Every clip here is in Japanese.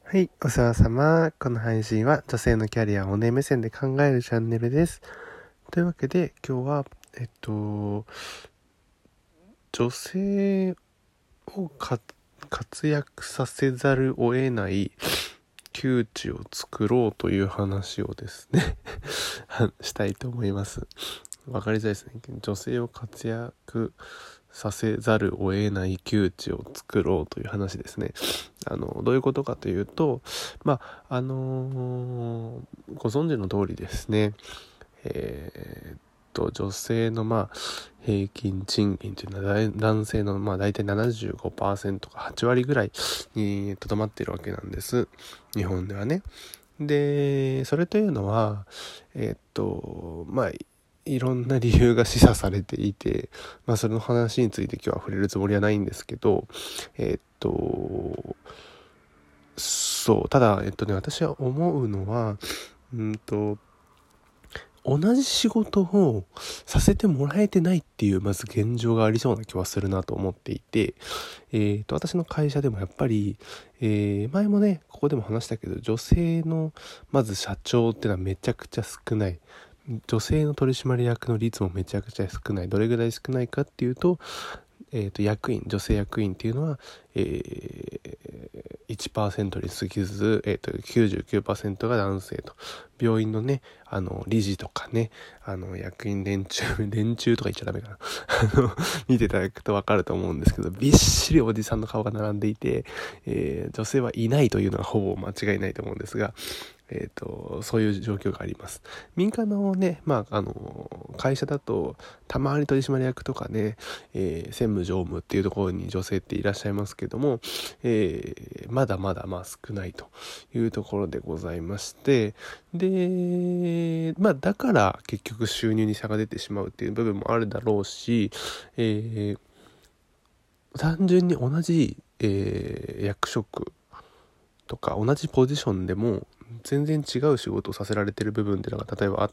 はい、お世話様。この配信は女性のキャリアを女目線で考えるチャンネルです。というわけで今日は女性を活躍させざるを得ない窮地を作ろうという話をですねしたいと思います。わかりづらいですね。女性を活躍させざるを得ない窮地を作ろうという話ですね。どういうことかというと、ご存知の通りですね、女性の平均賃金というのは男性の大体 75% か8割ぐらいにとどまっているわけなんです。日本ではね。で、それというのは、いろんな理由が示唆されていて、その話について今日は触れるつもりはないんですけど、そう、ただ、私は思うのは、同じ仕事をさせてもらえてないっていうまず現状がありそうな気はするなと思っていて、私の会社でもやっぱり、前もねここでも話したけど、女性のまず社長っていうのはめちゃくちゃ少ない。女性の取締役の率もめちゃくちゃ少ない。どれぐらい少ないかっていうと、女性役員っていうのは、1% に過ぎず、99% が男性と。病院のね、理事とかね、役員連中とか言っちゃダメかな。見ていただくとわかると思うんですけど、びっしりおじさんの顔が並んでいて、女性はいないというのはほぼ間違いないと思うんですが、そういう状況があります。民間のね、会社だとたまに取締役とかね、専務常務っていうところに女性っていらっしゃいますけども、まだまだ少ないというところでございまして、で、だから結局収入に差が出てしまうっていう部分もあるだろうし、単純に同じ、役職とか同じポジションでも全然違う仕事をさせられてる部分っていうのが例えばあって、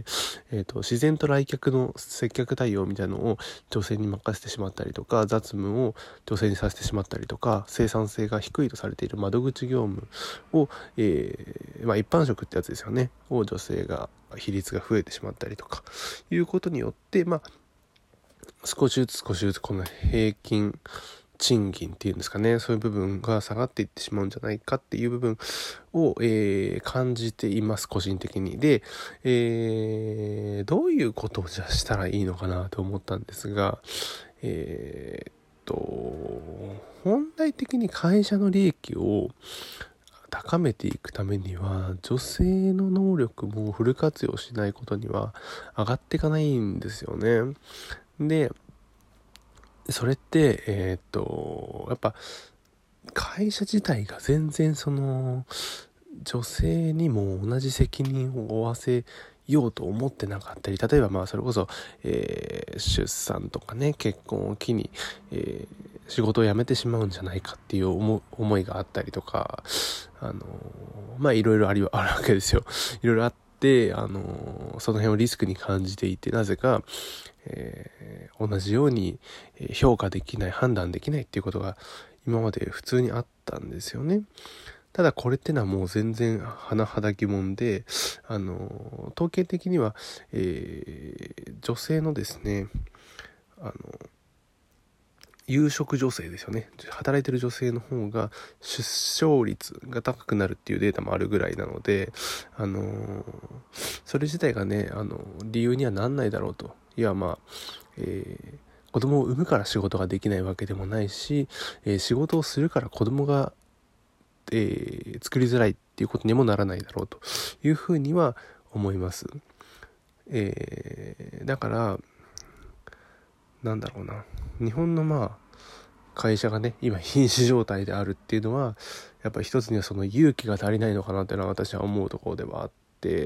自然と来客の接客対応みたいなのを女性に任せてしまったりとか、雑務を女性にさせてしまったりとか、生産性が低いとされている窓口業務を、一般職ってやつですよね、を女性が比率が増えてしまったりとかいうことによって、少しずつこの平均賃金っていうんですかね、そういう部分が下がっていってしまうんじゃないかっていう部分を、感じています、個人的に。で、どういうことをじゃあしたらいいのかなと思ったんですが、本来的に会社の利益を高めていくためには、女性の能力もフル活用しないことには上がっていかないんですよね。で、それって、やっぱ会社自体が全然女性にも同じ責任を負わせようと思ってなかったり、例えばそれこそ、出産とかね、結婚を機に、仕事を辞めてしまうんじゃないかっていう思いがあったりとか、いろいろあるわけですよ。いろいろあって、その辺をリスクに感じていて、なぜか、同じように評価できない、判断できないっていうことが今まで普通にあったんですよね。ただこれってのはもう全然甚だ疑問で、統計的には、女性のですね、有職女性ですよね、働いてる女性の方が出生率が高くなるっていうデータもあるぐらいなので、それ自体がね、理由にはなんないだろうと。いや子供を産むから仕事ができないわけでもないし、仕事をするから子供が、作りづらいっていうことにもならないだろうというふうには思います。だからなんだろうな、日本の会社がね今瀕死状態であるっていうのは、やっぱり一つにはその勇気が足りないのかなっていうのは私は思うところではあって、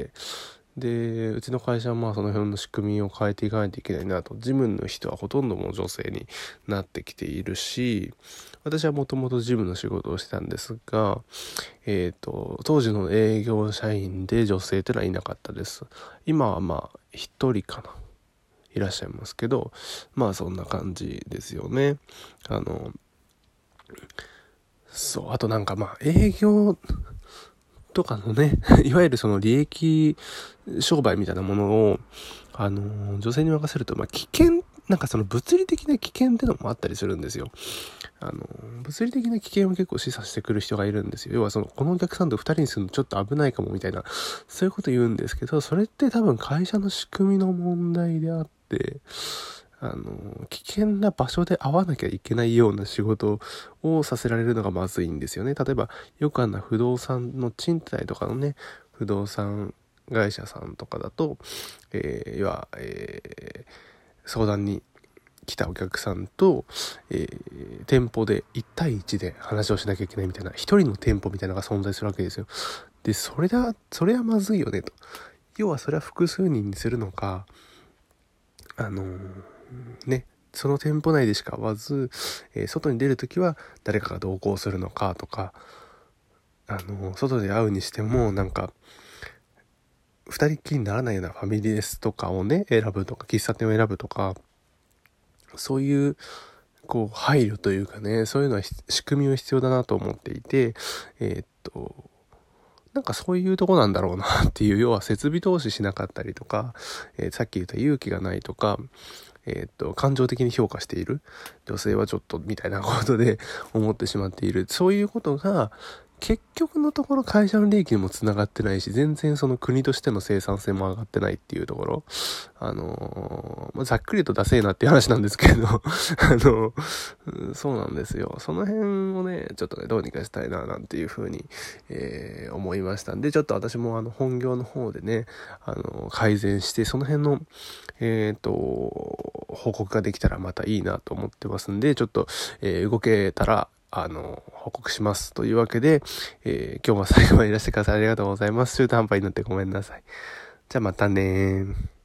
でうちの会社はその辺の仕組みを変えていかないといけないなと。事務の人はほとんどもう女性になってきているし、私はもともと事務の仕事をしてたんですが、当時の営業社員で女性というのはいなかったです。今は一人かないらっしゃいますけど、そんな感じですよね。 そう、あとなんかまあ営業とかのね、いわゆるその利益商売みたいなものを、女性に任せると、まあ危険、なんかその物理的な危険ってのもあったりするんですよ。物理的な危険を結構示唆してくる人がいるんですよ。要はこのお客さんと二人にするのちょっと危ないかもみたいな、そういうこと言うんですけど、それって多分会社の仕組みの問題であって、危険な場所で会わなきゃいけないような仕事をさせられるのがまずいんですよね。例えば、よくあんな不動産の賃貸とかのね、不動産会社さんとかだと、相談に来たお客さんと、店舗で1対1で話をしなきゃいけないみたいな、一人の店舗みたいなのが存在するわけですよ。で、それはまずいよねと。要はそれは複数人にするのか、その店舗内でしか会わず、外に出るときは誰かが同行するのかとか、外で会うにしてもなんか、二人っきりにならないようなファミレスとかをね、選ぶとか、喫茶店を選ぶとか、そういう、配慮というかね、そういうのは仕組みは必要だなと思っていて、なんかそういうとこなんだろうなっていう、要は設備投資しなかったりとか、さっき言った勇気がないとか、感情的に評価している女性はちょっとみたいなことで思ってしまっている。そういうことが結局のところ会社の利益にもつながってないし、全然その国としての生産性も上がってないっていうところ。ざっくりとダセーなっていう話なんですけど、そうなんですよ。その辺をね、ちょっとね、どうにかしたいな、なんていうふうに、思いましたんで、ちょっと私も本業の方でね、改善して、その辺の、報告ができたらまたいいなと思ってますんで、ちょっと、動けたら、報告します。というわけで、今日も最後までいらしてくださいありがとうございます。中途半端になってごめんなさい。じゃあまたねー。